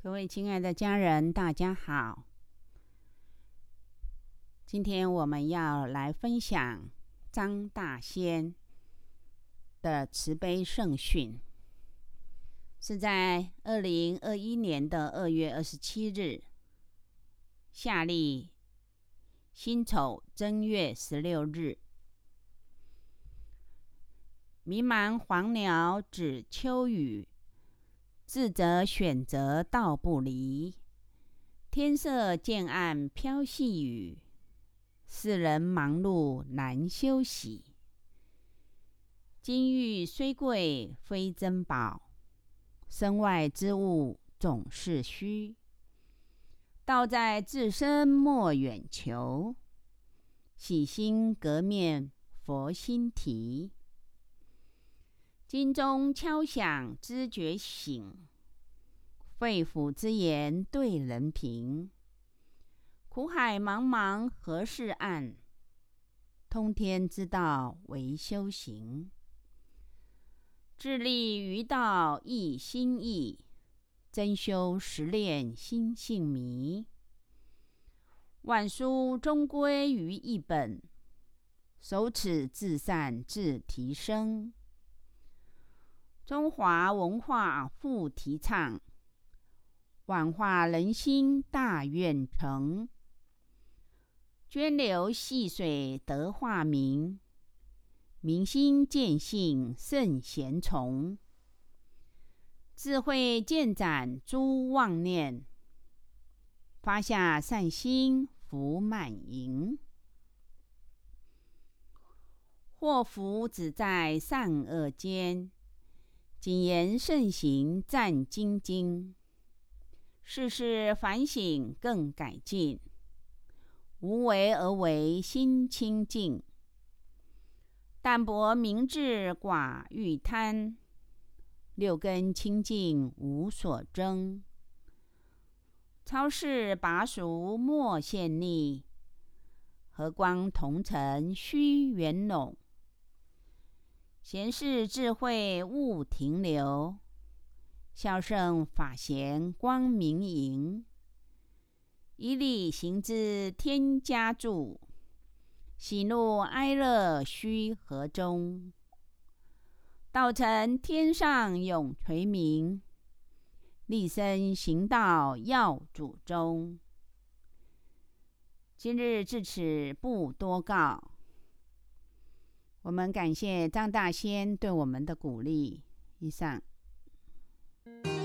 各位亲爱的家人，大家好。今天我们要来分享张大仙的慈悲圣训，是在2021年的2月27日，夏历辛丑正月16日。迷茫黄鸟指秋雨，智者选择道不离。天色渐暗飘细雨，世人忙碌难休息。金玉虽贵非珍宝，身外之物总是虚。道在自身莫远求，洗心革面佛心提。金钟敲响知觉醒，肺腑之言对人评。苦海茫茫何事岸，通天之道为修行。致力于道一心意，真修实练心性迷。万书终归于一本，守此至善自提升。中华文化复提倡，挽化人心大愿成。涓流细水得化明，明心见性圣贤从。智慧渐展诸妄念，发下善心福满盈。祸福只在善恶间，谨言慎行战兢兢。事事反省更改进，无为而为心清净。淡泊明志寡欲贪，六根清净无所争。超世拔俗莫陷溺，和光同尘须圆拢。闲事智慧勿停留，孝圣法贤光明盈。以理行之天家助，喜怒哀乐须和中。道成天上永垂明，立身行道要祖宗。今日至此不多告，我们感谢张大仙对我们的鼓励。以上。